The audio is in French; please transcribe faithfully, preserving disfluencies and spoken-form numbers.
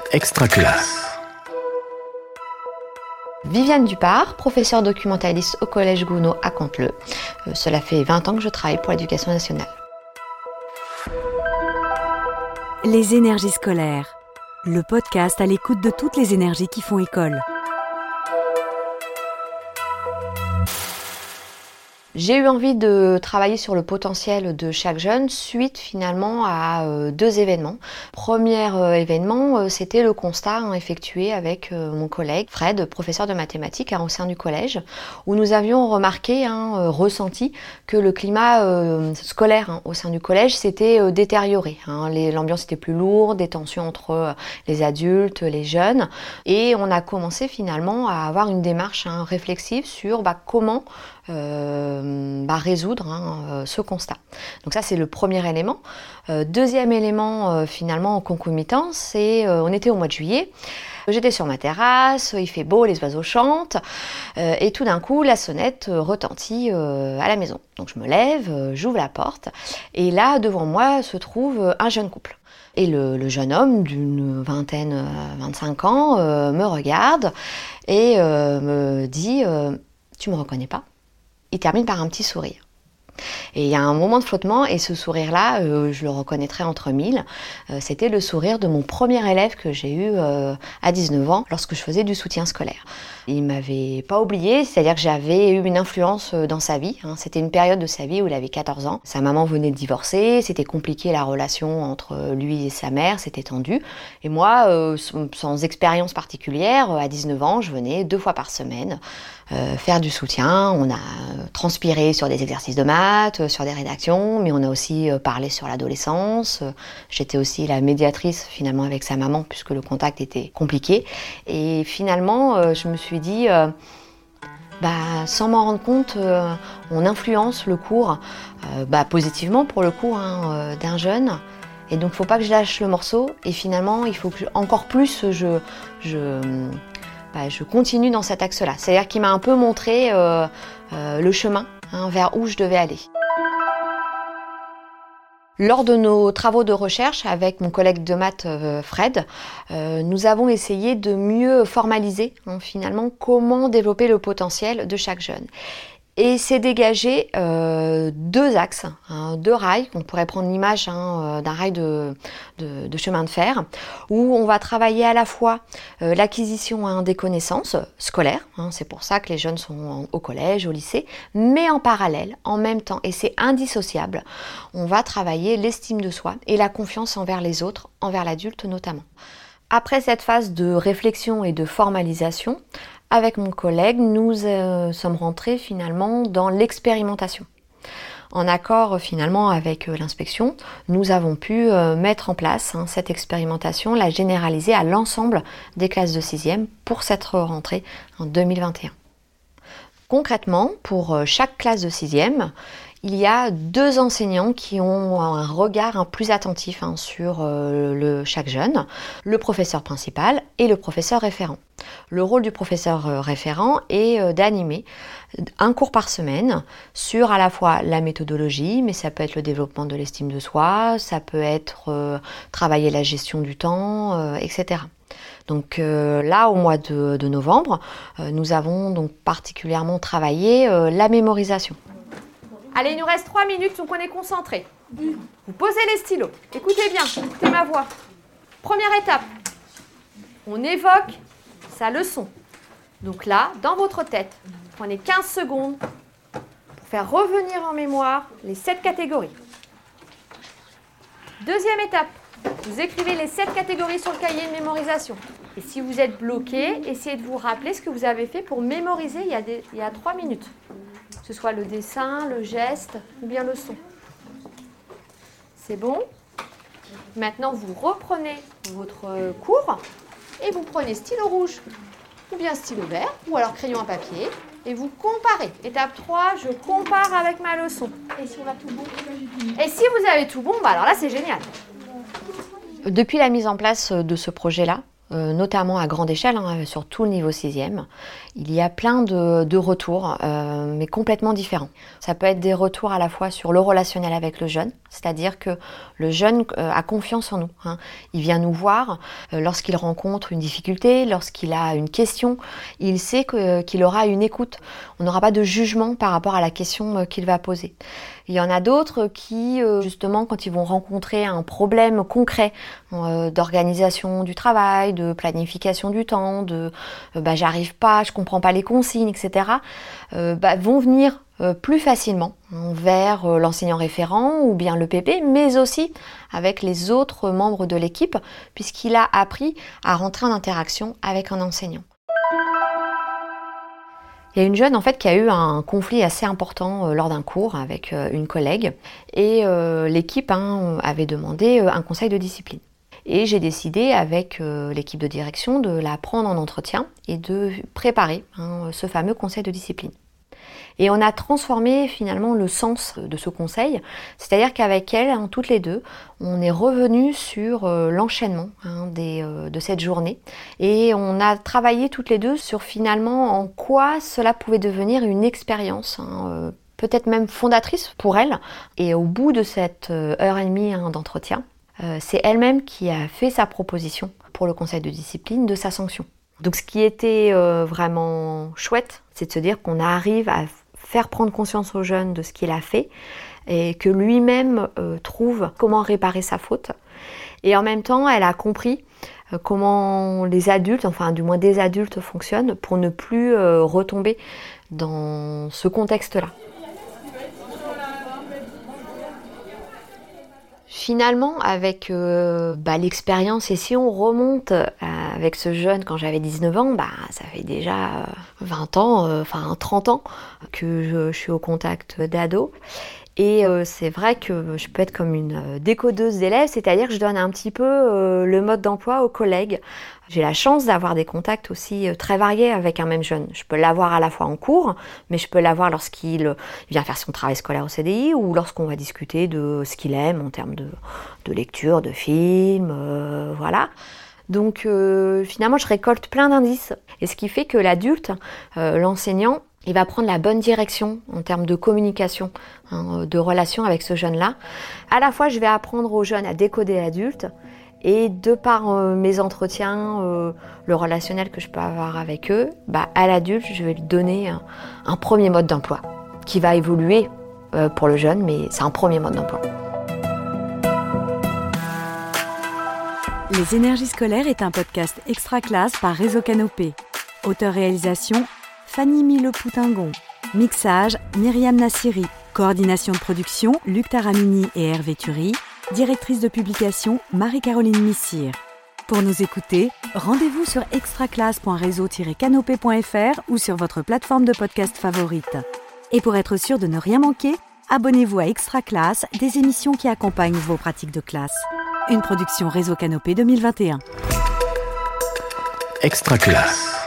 Extra classe. Viviane Dupart, professeure documentaliste au Collège Gounod à Canteleu. Euh, cela fait vingt ans que je travaille pour l'Éducation nationale. Les énergies scolaires, le podcast à l'écoute de toutes les énergies qui font école. J'ai eu envie de travailler sur le potentiel de chaque jeune suite finalement à euh, deux événements. Premier euh, événement, euh, c'était le constat hein, effectué avec euh, mon collègue Fred, professeur de mathématiques hein, au sein du collège, où nous avions remarqué, hein, euh, ressenti que le climat euh, scolaire hein, au sein du collège s'était euh, détérioré. Hein. Les, l'ambiance était plus lourde, des tensions entre euh, les adultes, les jeunes, et on a commencé finalement à avoir une démarche hein, réflexive sur bah, comment Euh, bah, résoudre hein, euh, ce constat. Donc ça c'est le premier élément. Euh, deuxième élément euh, finalement en concomitant, c'est euh, on était au mois de juillet, j'étais sur ma terrasse, il fait beau, les oiseaux chantent euh, et tout d'un coup la sonnette euh, retentit euh, à la maison. Donc je me lève, euh, j'ouvre la porte et là devant moi se trouve euh, un jeune couple. Et le, le jeune homme d'une vingtaine, euh, vingt-cinq ans euh, me regarde et euh, me dit euh, « Tu me reconnais pas ?» Il termine par un petit sourire. Et il y a un moment de flottement, et ce sourire-là, euh, je le reconnaîtrai entre mille. Euh, c'était le sourire de mon premier élève que j'ai eu euh, à dix-neuf ans, lorsque je faisais du soutien scolaire. Il ne m'avait pas oublié, c'est-à-dire que j'avais eu une influence dans sa vie. Hein. C'était une période de sa vie où il avait quatorze ans. Sa maman venait de divorcer, c'était compliqué la relation entre lui et sa mère, c'était tendu. Et moi, euh, sans expérience particulière, à dix-neuf ans, je venais deux fois par semaine euh, faire du soutien. On a transpiré sur des exercices de maths, sur des rédactions, mais on a aussi parlé sur l'adolescence. J'étais aussi la médiatrice finalement avec sa maman puisque le contact était compliqué. Et finalement, je me suis dit, euh, bah, sans m'en rendre compte, euh, on influence le cours euh, bah, positivement pour le coup hein, euh, d'un jeune. Et donc, il ne faut pas que je lâche le morceau. Et finalement, il faut que je, encore plus je, je, bah, je continue dans cet axe-là. C'est-à-dire qu'il m'a un peu montré euh, euh, le chemin hein, vers où je devais aller. Lors de nos travaux de recherche avec mon collègue de maths euh, Fred, euh, nous avons essayé de mieux formaliser hein, finalement comment développer le potentiel de chaque jeune. Et c'est dégagé euh, deux axes, hein, deux rails, on pourrait prendre l'image hein, d'un rail de, de, de chemin de fer, où on va travailler à la fois euh, l'acquisition hein, des connaissances scolaires, hein, c'est pour ça que les jeunes sont en, au collège, au lycée, mais en parallèle, en même temps, et c'est indissociable, on va travailler l'estime de soi et la confiance envers les autres, envers l'adulte notamment. Après cette phase de réflexion et de formalisation, avec mon collègue, nous euh, sommes rentrés finalement dans l'expérimentation. En accord finalement avec euh, l'inspection, nous avons pu euh, mettre en place hein, cette expérimentation, la généraliser à l'ensemble des classes de sixième pour cette rentrée en deux mille vingt et un. Concrètement, pour euh, chaque classe de sixième, il y a deux enseignants qui ont un regard un plus attentif hein, sur euh, le, chaque jeune, le professeur principal et le professeur référent. Le rôle du professeur euh, référent est euh, d'animer un cours par semaine sur à la fois la méthodologie, mais ça peut être le développement de l'estime de soi, ça peut être euh, travailler la gestion du temps, euh, et cetera. Donc euh, là, au mois de, de novembre, euh, nous avons donc particulièrement travaillé euh, la mémorisation. Allez, il nous reste trois minutes, donc on est concentré. Vous posez les stylos. Écoutez bien, écoutez ma voix. Première étape, on évoque sa leçon. Donc là, dans votre tête, prenez quinze secondes pour faire revenir en mémoire les sept catégories. Deuxième étape, vous écrivez les sept catégories sur le cahier de mémorisation. Et si vous êtes bloqué, essayez de vous rappeler ce que vous avez fait pour mémoriser il y a, des, il y a trois minutes. Que ce soit le dessin, le geste ou bien le son. C'est bon ? Maintenant, vous reprenez votre cours et vous prenez stylo rouge ou bien stylo vert ou alors crayon à papier et vous comparez. Étape trois, je compare avec ma leçon. Et si on a tout bon ? Et si vous avez tout bon, bah alors là, c'est génial. Depuis la mise en place de ce projet-là, euh, notamment à grande échelle, hein, sur tout le niveau sixième. Il y a plein de, de retours, euh, mais complètement différents. Ça peut être des retours à la fois sur le relationnel avec le jeune, c'est-à-dire que le jeune euh, a confiance en nous. Hein. Il vient nous voir euh, lorsqu'il rencontre une difficulté, lorsqu'il a une question, il sait que, qu'il aura une écoute. On n'aura pas de jugement par rapport à la question euh, qu'il va poser. Il y en a d'autres qui, euh, justement, quand ils vont rencontrer un problème concret euh, d'organisation du travail, de planification du temps, de euh, bah, j'arrive pas, je comprends pas les consignes, et cetera, euh, bah, vont venir euh, plus facilement hein, vers euh, l'enseignant référent ou bien le P P, mais aussi avec les autres membres de l'équipe, puisqu'il a appris à rentrer en interaction avec un enseignant. Il y a une jeune en fait qui a eu un conflit assez important euh, lors d'un cours avec euh, une collègue et euh, l'équipe hein, avait demandé euh, un conseil de discipline. Et j'ai décidé avec euh, l'équipe de direction de la prendre en entretien et de préparer hein, ce fameux conseil de discipline. Et on a transformé finalement le sens de ce conseil, c'est-à-dire qu'avec elle, hein, toutes les deux, on est revenu sur euh, l'enchaînement hein, des, euh, de cette journée et on a travaillé toutes les deux sur finalement en quoi cela pouvait devenir une expérience, hein, euh, peut-être même fondatrice pour elle. Et au bout de cette euh, heure et demie hein, d'entretien, euh, c'est elle-même qui a fait sa proposition pour le conseil de discipline de sa sanction. Donc ce qui était euh, vraiment chouette, c'est de se dire qu'on arrive à faire prendre conscience au jeune de ce qu'il a fait et que lui-même euh, trouve comment réparer sa faute. Et en même temps, elle a compris euh, comment les adultes, enfin du moins des adultes fonctionnent pour ne plus euh, retomber dans ce contexte-là. Finalement, avec euh, bah, l'expérience, et si on remonte euh, avec ce jeune quand j'avais dix-neuf ans, bah, ça fait déjà euh, vingt ans, euh, enfin trente ans que je, je suis au contact d'ados. Et euh, c'est vrai que je peux être comme une décodeuse d'élèves, c'est-à-dire que je donne un petit peu euh, le mode d'emploi aux collègues. J'ai la chance d'avoir des contacts aussi euh, très variés avec un même jeune. Je peux l'avoir à la fois en cours, mais je peux l'avoir lorsqu'il vient faire son travail scolaire au C D I ou lorsqu'on va discuter de ce qu'il aime en termes de, de lecture, de films, euh, voilà. Donc euh, finalement, je récolte plein d'indices. Et ce qui fait que l'adulte, euh, l'enseignant, il va prendre la bonne direction en termes de communication, hein, de relation avec ce jeune-là. À la fois, je vais apprendre au jeune à décoder l'adulte et de par euh, mes entretiens, euh, le relationnel que je peux avoir avec eux, bah, à l'adulte, je vais lui donner un, un premier mode d'emploi qui va évoluer euh, pour le jeune, mais c'est un premier mode d'emploi. Les énergies scolaires est un podcast extra classe par Réseau Canopé. Auteur-réalisation Fanny Mille-Poutingon. Mixage, Myriam Nassiri. Coordination de production, Luc Taramini et Hervé Thury. Directrice de publication, Marie-Caroline Missire. Pour nous écouter, rendez-vous sur extraclasse point réseau tiret canopé point f r ou sur votre plateforme de podcast favorite. Et pour être sûr de ne rien manquer, abonnez-vous à Extra Classe, des émissions qui accompagnent vos pratiques de classe. Une production Réseau Canopé deux mille vingt et un. Extra Classe.